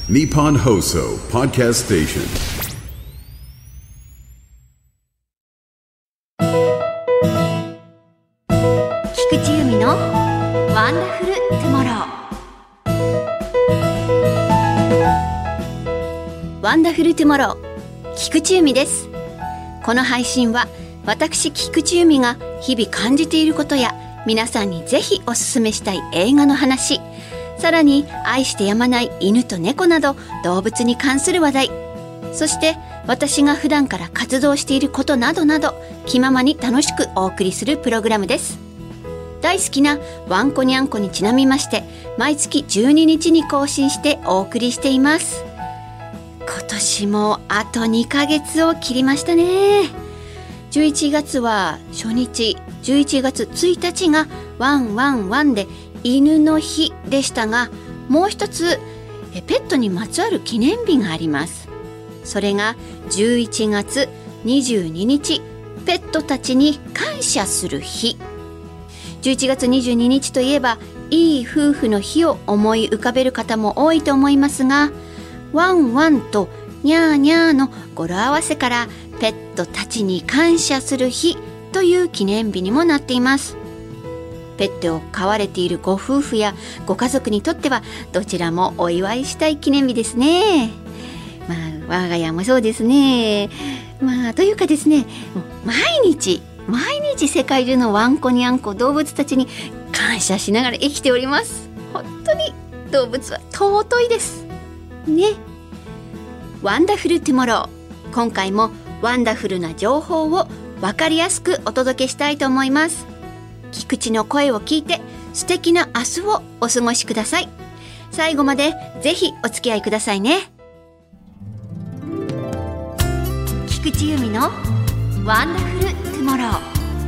Nippon Hoso Podcast Station。 菊池由美のワンダフルトゥモロー。ワンダフルトゥモロー、菊池由美です。この配信は私菊池由美が日々感じていることや皆さんにぜひおすすめしたい映画の話、さらに愛してやまない犬と猫など動物に関する話題、そして私が普段から活動していることなどなど気ままに楽しくお送りするプログラムです。大好きなワンコニャンコにちなみまして毎月12日に更新してお送りしています。今年もあと2ヶ月を切りましたね。11月は初日、11月1日がワンワンワンで犬の日でしたが、もう一つペットにまつわる記念日があります。それが11月22日、ペットたちに感謝する日。11月22日といえばいい夫婦の日を思い浮かべる方も多いと思いますが、ワンワンとニャーニャーの語呂合わせからペットたちに感謝する日という記念日にもなっています。ペットを飼われているご夫婦やご家族にとってはどちらもお祝いしたい記念日ですね。我が家もそうですね。というかですね、毎日世界中のワンコニャンコ動物たちに感謝しながら生きております。本当に動物は尊いですね。ワンダフルトゥモロー、今回もワンダフルな情報を分かりやすくお届けしたいと思います。菊池の声を聞いて素敵な明日をお過ごしください。最後までぜひお付き合いくださいね。菊池由美のワンダフルトゥモロー。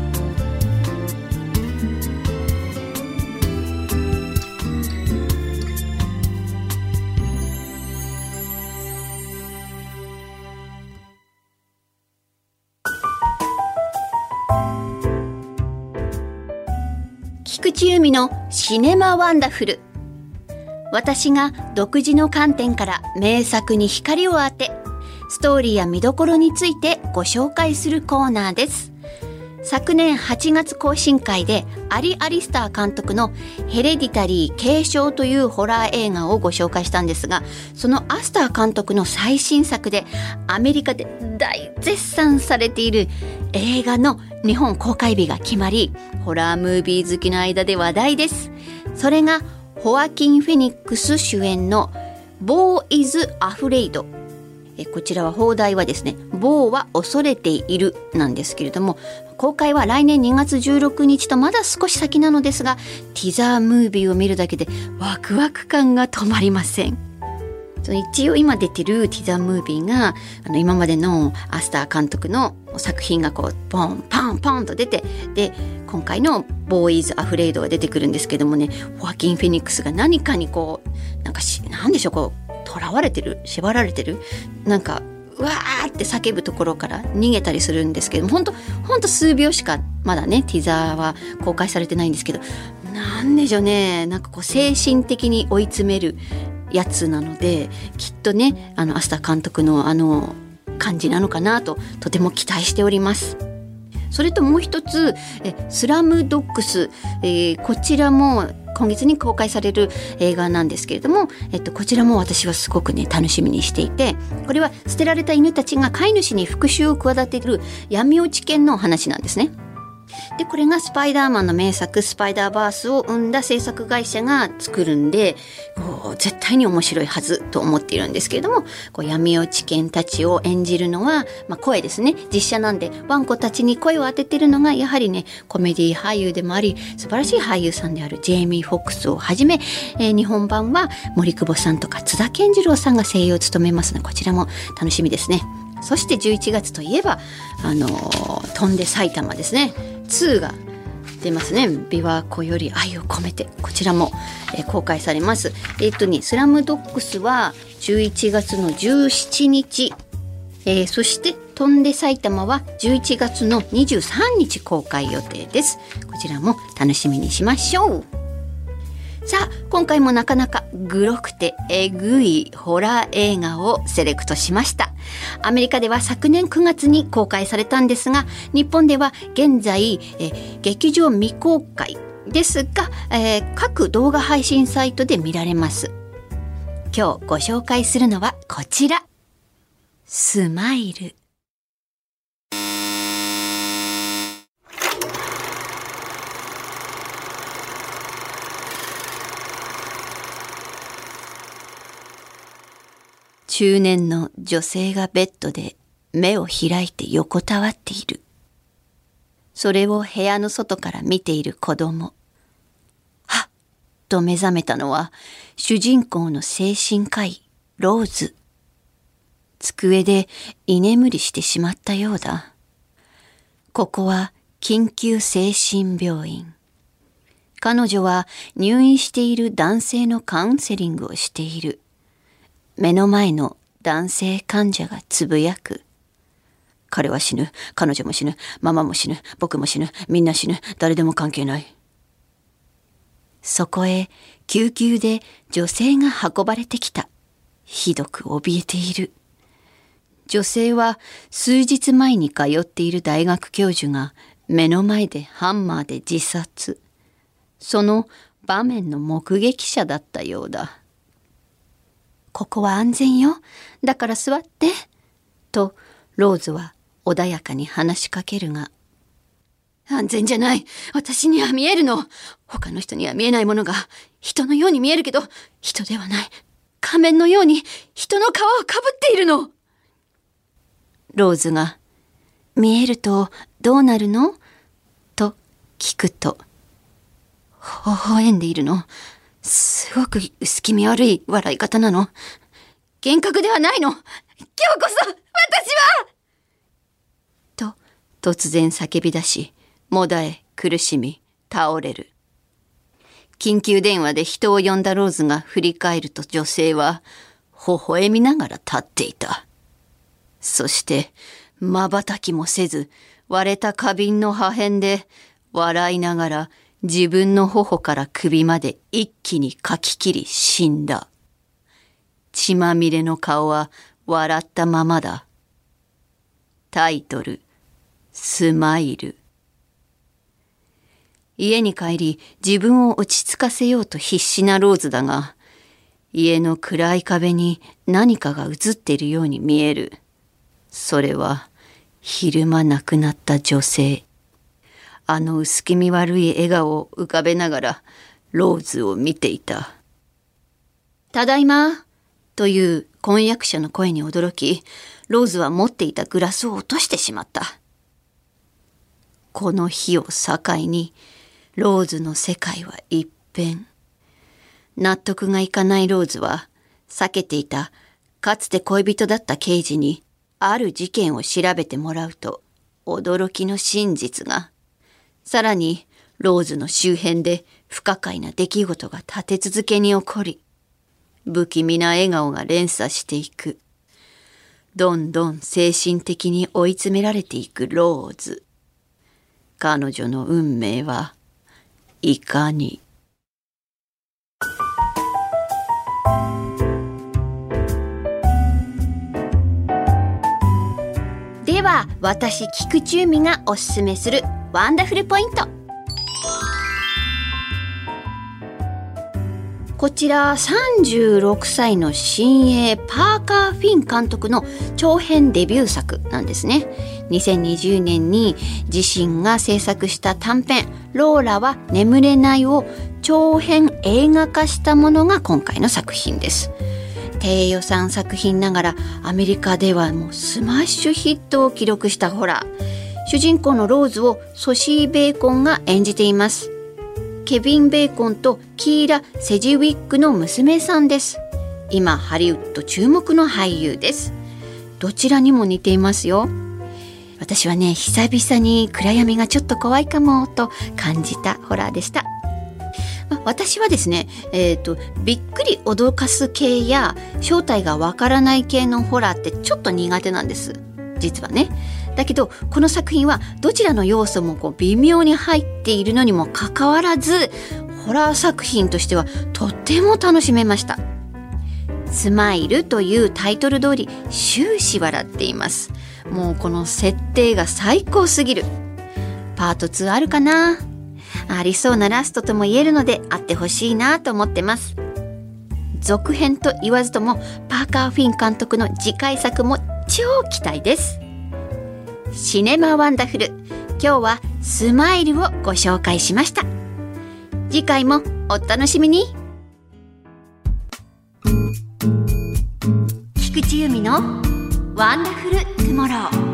菊池由美のシネマワンダフル。私が独自の観点から名作に光を当て、ストーリーや見どころについてご紹介するコーナーです。昨年8月更新会でアリ・アリスター監督のヘレディタリー継承というホラー映画をご紹介したんですが、そのアスター監督の最新作でアメリカで大絶賛されている映画の日本公開日が決まり、ホラームービー好きの間で話題です。それがホアキン・フェニックス主演のボー・イズ・アフレイド。こちらは放題はですね、ボーは恐れているなんですけれども、公開は来年2月16日とまだ少し先なのですが、ティザームービーを見るだけでワクワク感が止まりません。一応今出てるティザームービーが今までのアスター監督の作品がこうポンパンパンと出て、で今回のボーイズアフレイドが出てくるんですけどもね、ホアキン・フェニックスが何かにこうなんでしょう、こう囚われてる、縛られてる、なんかうわーって叫ぶところから逃げたりするんですけども、ほんと数秒しかまだねティザーは公開されてないんですけど、なんでしょうね、なんかこう精神的に追い詰めるやつなので、きっとねアスター監督の感じなのかなととても期待しております。それともう一つスラムドッグス、こちらも今月に公開される映画なんですけれども、こちらも私はすごくね楽しみにしていて、これは捨てられた犬たちが飼い主に復讐を企てる闇落ち犬の話なんですね。でこれがスパイダーマンの名作スパイダーバースを生んだ制作会社が作るんで、絶対に面白いはずと思っているんですけれども、闇落ち犬たちを演じるのは、声ですね、実写なんでワンコたちに声を当ててるのがやはりねコメディ俳優でもあり素晴らしい俳優さんであるジェイミー・フォックスをはじめ、日本版は森久保さんとか津田健次郎さんが声優を務めますので、こちらも楽しみですね。そして11月といえば飛んで埼玉ですね、2が出ますね。琵琶湖より愛を込めて、こちらも、公開されます。スラムドッグスは11月の17日、そして飛んで埼玉は11月の23日公開予定です。こちらも楽しみにしましょう。 さあ今回もなかなかグロくてえぐいホラー映画をセレクトしました。アメリカでは昨年9月に公開されたんですが、日本では現在劇場未公開ですが、各動画配信サイトで見られます。今日ご紹介するのはこちら、スマイル。中年の女性がベッドで目を開いて横たわっている。それを部屋の外から見ている子供。はっと目覚めたのは主人公の精神科医、ローズ。机で居眠りしてしまったようだ。ここは緊急精神病院。彼女は入院している男性のカウンセリングをしている。目の前の男性患者がつぶやく。彼は死ぬ、彼女も死ぬ、ママも死ぬ、僕も死ぬ、みんな死ぬ、誰でも関係ない。そこへ救急で女性が運ばれてきた。ひどく怯えている。女性は数日前に通っている大学教授が目の前でハンマーで自殺。その場面の目撃者だったようだ。ここは安全よ。だから座って。と、ローズは穏やかに話しかけるが。安全じゃない。私には見えるの。他の人には見えないものが人のように見えるけど、人ではない。仮面のように人の皮をかぶっているの。ローズが、見えるとどうなるの？と聞くと、微笑んでいるの。すごく薄気味悪い笑い方なの。幻覚ではないの。今日こそ私はと突然叫び出し、もだえ苦しみ倒れる。緊急電話で人を呼んだローズが振り返ると女性は微笑みながら立っていた。そして瞬きもせず割れた花瓶の破片で笑いながら自分の頬から首まで一気にかき切り死んだ。血まみれの顔は笑ったままだ。タイトル、スマイル。家に帰り自分を落ち着かせようと必死なローズだが、家の暗い壁に何かが映っているように見える。それは昼間亡くなった女性。あの薄気味悪い笑顔を浮かべながらローズを見ていた。ただいまという婚約者の声に驚き、ローズは持っていたグラスを落としてしまった。この日を境にローズの世界は一変。納得がいかないローズは避けていたかつて恋人だった刑事にある事件を調べてもらうと驚きの真実が。さらにローズの周辺で不可解な出来事が立て続けに起こり、不気味な笑顔が連鎖していく。どんどん精神的に追い詰められていくローズ。彼女の運命はいかに。では私菊池由美がおすすめするワンダフルポイント。こちら36歳の新鋭パーカー・フィン監督の長編デビュー作なんですね。2020年に自身が制作した短編ローラは眠れないを長編映画化したものが今回の作品です。低予算作品ながらアメリカではもうスマッシュヒットを記録したホラー。主人公のローズをソシー・ベーコンが演じています。ケビン・ベーコンとキーラ・セジウィックの娘さんです。今ハリウッド注目の俳優です。どちらにも似ていますよ。私はね、久々に暗闇がちょっと怖いかもと感じたホラーでした。私はですね、びっくり脅かす系や正体がわからない系のホラーってちょっと苦手なんです、実はね。だけどこの作品はどちらの要素も微妙に入っているのにもかかわらずホラー作品としてはとっても楽しめました。スマイルというタイトル通り終始笑っています。もうこの設定が最高すぎる。パート2あるかな？ありそうなラストとも言えるのであってほしいなと思ってます。続編と言わずともパーカー・フィン監督の次回作も超期待です。シネマワンダフル、今日はスマイルをご紹介しました。次回もお楽しみに。菊池由美のワンダフルトゥモロー。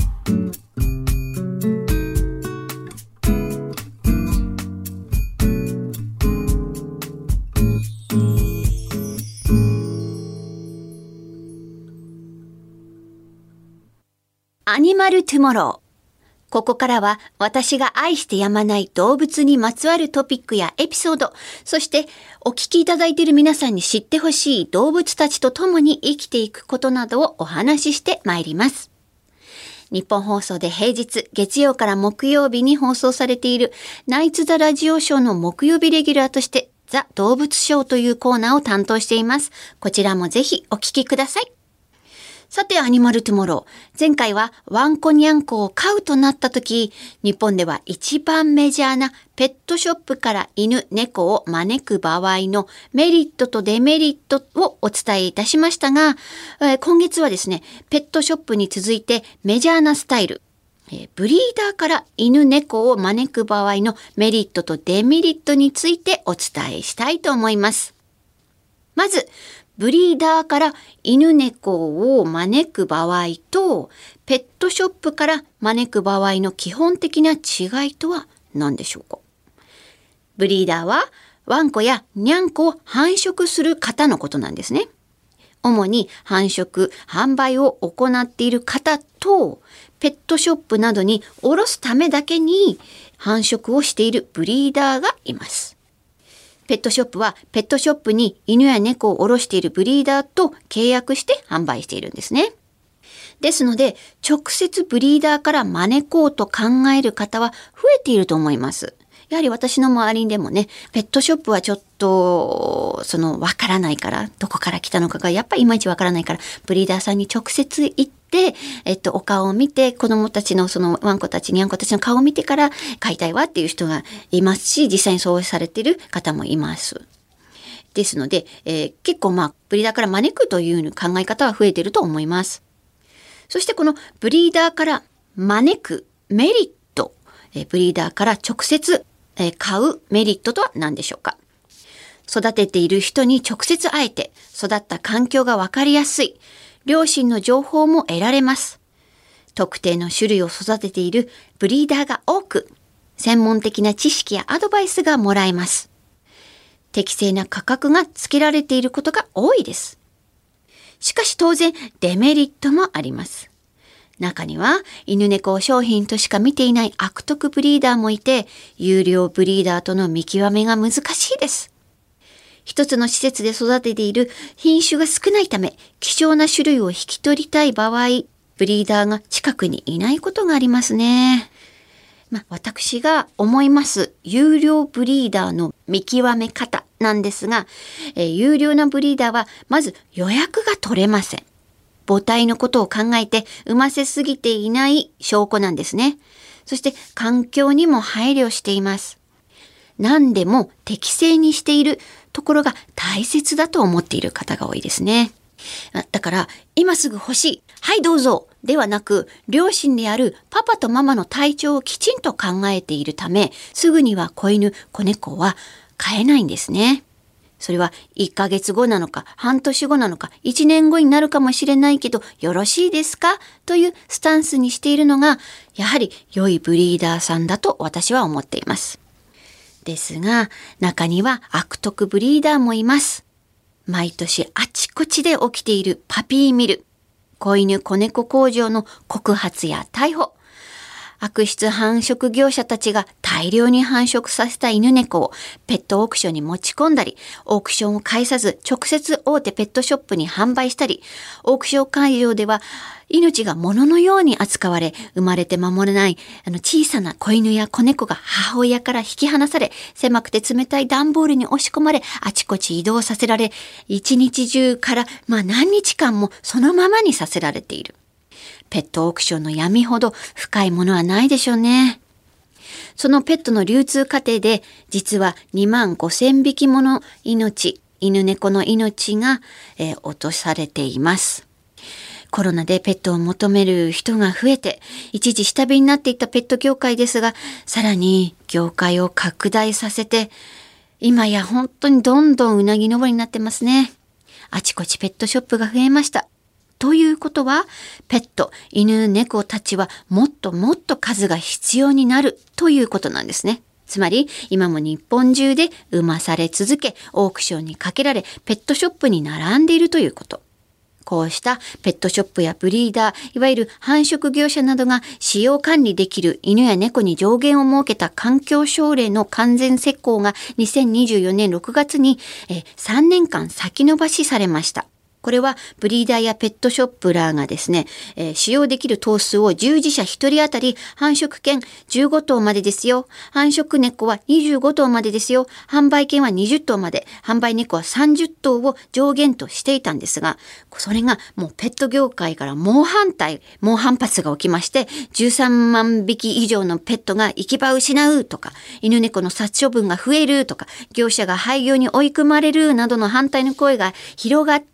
アニマルトゥモロー。ここからは私が愛してやまない動物にまつわるトピックやエピソード、そしてお聞きいただいている皆さんに知ってほしい動物たちと共に生きていくことなどをお話ししてまいります。日本放送で平日月曜から木曜日に放送されているナイツ・ザ・ラジオショーの木曜日レギュラーとしてザ・動物ショーというコーナーを担当しています。こちらもぜひお聞きください。さて、アニマルトゥモロー。前回はワンコニャンコを飼うとなった時、日本では一番メジャーなペットショップから犬、猫を招く場合のメリットとデメリットをお伝えいたしましたが、今月はですね、ペットショップに続いてメジャーなスタイル、ブリーダーから犬、猫を招く場合のメリットとデメリットについてお伝えしたいと思います。まず、ブリーダーから犬猫を招く場合とペットショップから招く場合の基本的な違いとは何でしょうか。ブリーダーはワンコやニャンコを繁殖する方のことなんですね。主に繁殖・販売を行っている方とペットショップなどに卸すためだけに繁殖をしているブリーダーがいます。ペットショップはペットショップに犬や猫を卸しているブリーダーと契約して販売しているんですね。ですので、直接ブリーダーから招こうと考える方は増えていると思います。やはり私の周りでもね、ペットショップはちょっと、わからないから、どこから来たのかがやっぱりいまいちわからないから、ブリーダーさんに直接行って、お顔を見て、子供たちのワンコたち、ニャンコたちの顔を見てから飼いたいわっていう人がいますし、実際にそうされている方もいます。ですので、結構ブリーダーから招くという考え方は増えていると思います。そしてこのブリーダーから招くメリット、ブリーダーから直接買うメリットとは何でしょうか。育てている人に直接会えて育った環境がわかりやすい。両親の情報も得られます。特定の種類を育てているブリーダーが多く、専門的な知識やアドバイスがもらえます。適正な価格がつけられていることが多いです。しかし当然デメリットもあります。中には犬猫を商品としか見ていない悪徳ブリーダーもいて、有料ブリーダーとの見極めが難しいです。一つの施設で育てている品種が少ないため、希少な種類を引き取りたい場合、ブリーダーが近くにいないことがありますね。私が思います有料ブリーダーの見極め方なんですが、有料なブリーダーはまず予約が取れません。母体のことを考えて産ませすぎていない証拠なんですね。そして環境にも配慮しています。何でも適正にしているところが大切だと思っている方が多いですね。だから今すぐ欲しい、はいどうぞではなく、両親であるパパとママの体調をきちんと考えているため、すぐには子犬子猫は飼えないんですね。それは1ヶ月後なのか半年後なのか1年後になるかもしれないけどよろしいですかというスタンスにしているのがやはり良いブリーダーさんだと私は思っています。ですが中には悪徳ブリーダーもいます。毎年あちこちで起きているパピーミル、子犬子猫工場の告発や逮捕、 悪質繁殖業者たちが大量に繁殖させた犬猫をペットオークションに持ち込んだり、オークションを介さず直接大手ペットショップに販売したり、オークション会場では命が物のように扱われ、生まれて間もない小さな子犬や子猫が母親から引き離され、狭くて冷たい段ボールに押し込まれ、あちこち移動させられ、一日中から何日間もそのままにさせられている。ペットオークションの闇ほど深いものはないでしょうね。そのペットの流通過程で、実は25,000匹もの命、犬猫の命が、落とされています。コロナでペットを求める人が増えて、一時下火になっていたペット業界ですが、さらに業界を拡大させて、今や本当にどんどんうなぎ登りになってますね。あちこちペットショップが増えました。ということは、ペット、犬、猫たちはもっともっと数が必要になるということなんですね。つまり、今も日本中で産まされ続け、オークションにかけられ、ペットショップに並んでいるということ。こうしたペットショップやブリーダー、いわゆる繁殖業者などが使用管理できる犬や猫に上限を設けた環境省令の完全施行が2024年6月に3年間先延ばしされました。これはブリーダーやペットショップらがですね、使用できる頭数を従事者1人当たり繁殖犬15頭までですよ。繁殖猫は25頭までですよ。販売犬は20頭まで、販売猫は30頭を上限としていたんですが、それがもうペット業界から猛反発が起きまして、13万匹以上のペットが行き場を失うとか、犬猫の殺処分が増えるとか、業者が廃業に追い込まれるなどの反対の声が広がって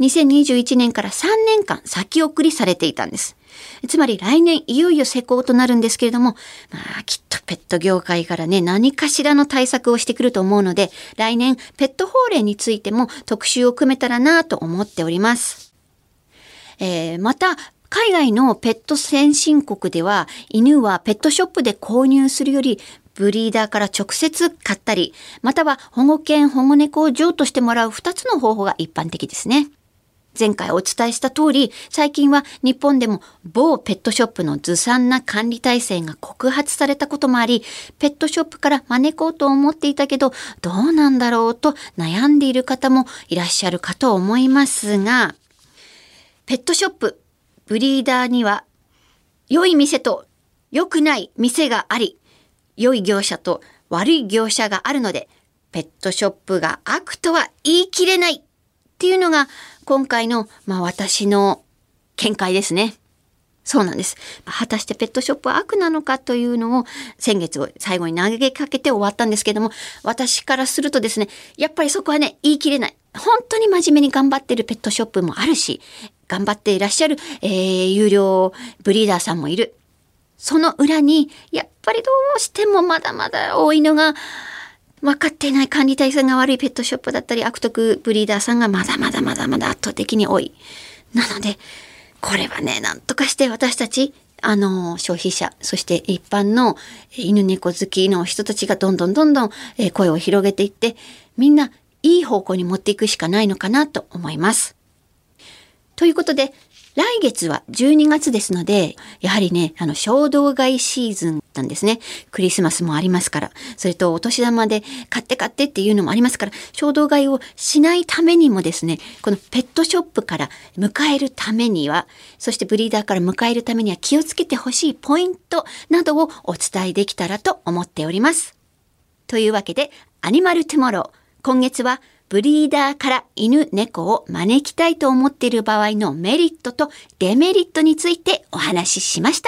、2021年から3年間先送りされていたんです。つまり来年いよいよ施行となるんですけれども、きっとペット業界からね、何かしらの対策をしてくると思うので、来年ペット法令についても特集を組めたらなと思っております。また、海外のペット先進国では、犬はペットショップで購入するより、ブリーダーから直接買ったり、または保護犬、保護猫を譲渡してもらう2つの方法が一般的ですね。前回お伝えした通り、最近は日本でも某ペットショップのずさんな管理体制が告発されたこともあり、ペットショップから招こうと思っていたけど、どうなんだろうと悩んでいる方もいらっしゃるかと思いますが、ペットショップ、ブリーダーには良い店と良くない店があり、良い業者と悪い業者があるので、ペットショップが悪とは言い切れないっていうのが今回の私の見解ですね。そうなんです。果たしてペットショップは悪なのかというのを先月を最後に投げかけて終わったんですけども、私からするとですね、やっぱりそこはね、言い切れない。本当に真面目に頑張ってるペットショップもあるし、頑張っていらっしゃる、有料ブリーダーさんもいる。その裏に、やっぱりどうしてもまだまだ多いのが、分かっていない管理体制が悪いペットショップだったり、悪徳ブリーダーさんがまだまだ圧倒的に多い。なので、これはね、なんとかして私たち、消費者、そして一般の犬猫好きの人たちがどんどん声を広げていって、みんないい方向に持っていくしかないのかなと思います。ということで、来月は12月ですので、やはりね、衝動買いシーズンなんですね。クリスマスもありますから、それとお年玉で買ってっていうのもありますから、衝動買いをしないためにもですね、このペットショップから迎えるためには、そしてブリーダーから迎えるためには気をつけてほしいポイントなどをお伝えできたらと思っております。というわけで、アニマルトゥモロー、今月はブリーダーから犬猫を招きたいと思っている場合のメリットとデメリットについてお話ししました。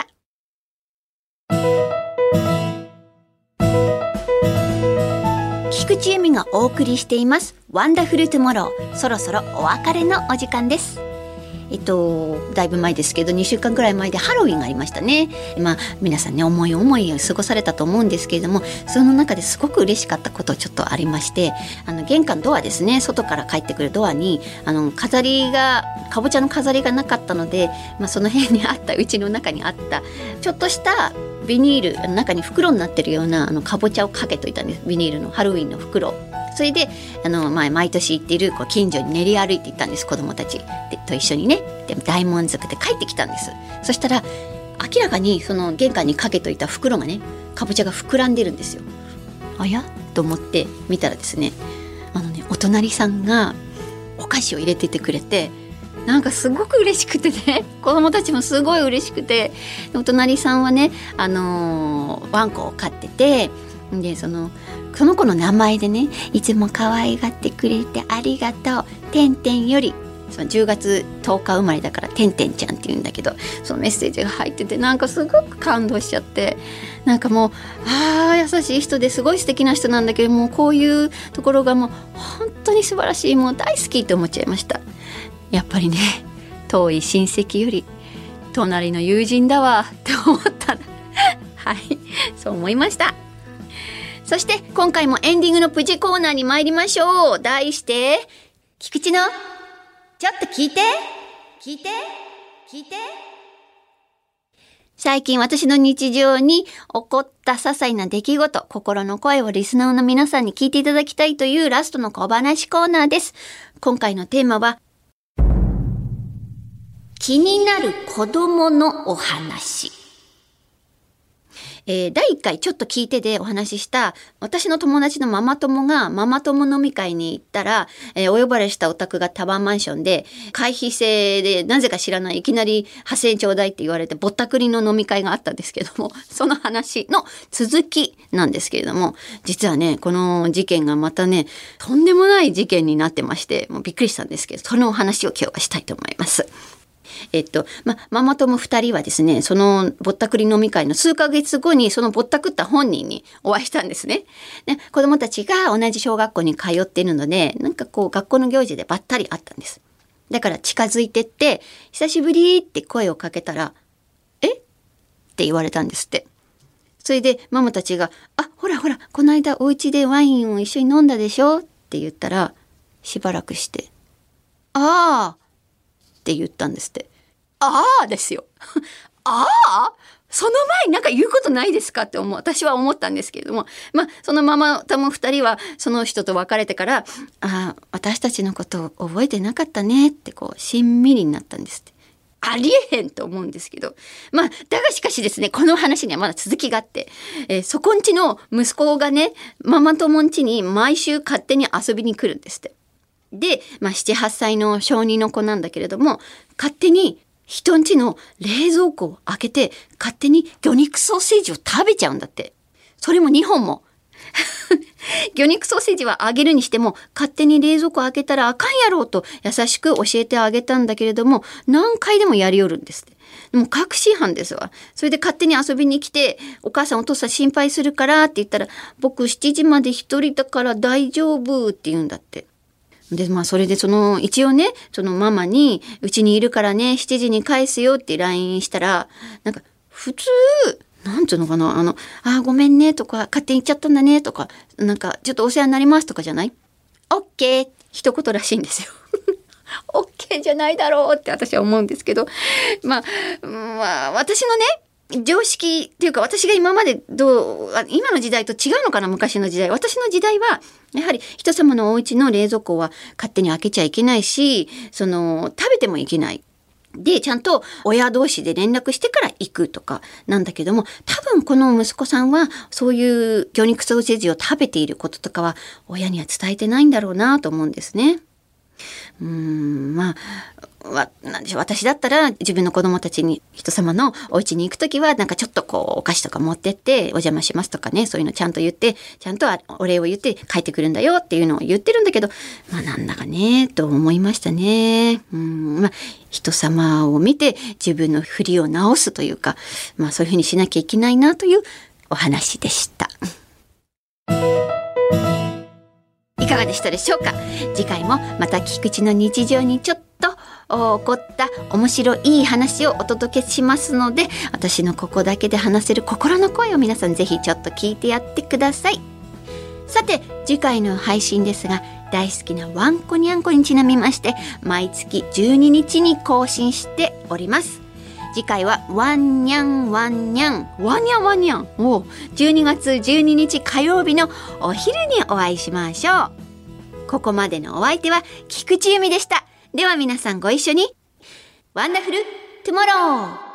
菊池由美がお送りしていますワンダフルトゥモロー、そろそろお別れのお時間です。だいぶ前ですけど2週間くらい前でハロウィンがありましたね。皆さんね、思いを過ごされたと思うんですけれども、その中ですごく嬉しかったことちょっとありまして、玄関ドアですね、外から帰ってくるドアにかぼちゃの飾りがなかったので、その辺にあった、うちの中にあったちょっとしたビニール、中に袋になってるようなかぼちゃをかけといたんです。ビニールのハロウィンの袋。それで毎年行っている近所に練り歩いていったんです、子供たちと一緒にね。で大満足で帰ってきたんです。そしたら明らかにその玄関にかけといた袋がね、かぼちゃが膨らんでるんですよ。あやと思って見たらですね、お隣さんがお菓子を入れててくれて、なんかすごく嬉しくてね、子供たちもすごい嬉しくて、お隣さんはね、ワンコを飼ってて、でその子の名前でね、いつも可愛がってくれてありがとう、てんてんより、その10月10日生まれだからてんてんちゃんって言うんだけど、そのメッセージが入ってて、なんかすごく感動しちゃって、なんかもう優しい人ですごい素敵な人なんだけども、こういうところがもう本当に素晴らしい、もう大好きって思っちゃいました。やっぱりね、遠い親戚より隣の友人だわって思ったはい、そう思いました。そして今回もエンディングのプチコーナーに参りましょう。題して、菊池のちょっと聞いて。最近私の日常に起こった些細な出来事、心の声をリスナーの皆さんに聞いていただきたいというラストの小話コーナーです。今回のテーマは、気になる子供のお話。第1回ちょっと聞いてでお話しした私の友達のママ友がママ友飲み会に行ったら、お呼ばれしたお宅がタワーマンションで、会費制でなぜか知らないいきなり8000円ちょうだいって言われてぼったくりの飲み会があったんですけども、その話の続きなんですけれども、実はね、この事件がまたね、とんでもない事件になってまして、もうびっくりしたんですけど、そのお話を今日はしたいと思います。ママ友2人はですね、そのぼったくり飲み会の数ヶ月後にそのぼったくった本人にお会いしたんですね。で、子供たちが同じ小学校に通っているので、なんかこう学校の行事でばったり会ったんです。だから近づいてって久しぶりって声をかけたら、えって言われたんですって。それでママたちが、ほらこの間お家でワインを一緒に飲んだでしょって言ったら、しばらくしてって言ったんですって。ですよ。その前になんか言うことないですかって私は思ったんですけれども、そのママ友2人はその人と別れてから、私たちのことを覚えてなかったねってこうしんみりになったんですって。ありえへんと思うんですけど、だがしかしですね、この話にはまだ続きがあって、そこんちの息子がね、ママ友んちに毎週勝手に遊びに来るんですって。で、7、8歳の小2の子なんだけれども、勝手に人んちの冷蔵庫を開けて勝手に魚肉ソーセージを食べちゃうんだって。それも2本も魚肉ソーセージはあげるにしても勝手に冷蔵庫開けたらあかんやろうと優しく教えてあげたんだけれども、何回でもやりよるんですって。でも確信犯ですわ。それで勝手に遊びに来て、お母さんお父さん心配するからって言ったら、僕7時まで一人だから大丈夫って言うんだって。で、それで一応ね、そのママに、うちにいるからね、7時に返すよって LINE したら、なんか、普通、なんていうのかな、ごめんねとか、勝手に行っちゃったんだねとか、なんか、ちょっとお世話になりますとかじゃない？ OK 一言らしいんですよ。OK じゃないだろうって私は思うんですけど、私のね、常識っていうか、私が今まで今の時代と違うのかな、昔の時代。私の時代はやはり人様のお家の冷蔵庫は勝手に開けちゃいけないし、食べてもいけないで、ちゃんと親同士で連絡してから行くとかなんだけども、多分この息子さんはそういう魚肉ソーセージを食べていることとかは親には伝えてないんだろうなと思うんですね。なんでしょう、私だったら自分の子供たちに人様のお家に行くときはなんかちょっとお菓子とか持ってってお邪魔しますとかね、そういうのちゃんと言って、ちゃんとお礼を言って帰ってくるんだよっていうのを言ってるんだけど、なんだかねと思いましたね。人様を見て自分の振りを直すというか、そういうふうにしなきゃいけないなというお話でした。いかがでしたでしょうか。次回もまた菊池の日常にちょっと起こった面白い話をお届けしますので、私のここだけで話せる心の声を皆さんぜひちょっと聞いてやってください。さて次回の配信ですが、大好きなワンコニャンコにちなみまして毎月12日に更新しております。次回はワンニャンを12月12日火曜日のお昼にお会いしましょう。ここまでのお相手は菊池由美でした。では皆さんご一緒に。ワンダフルトゥモロー。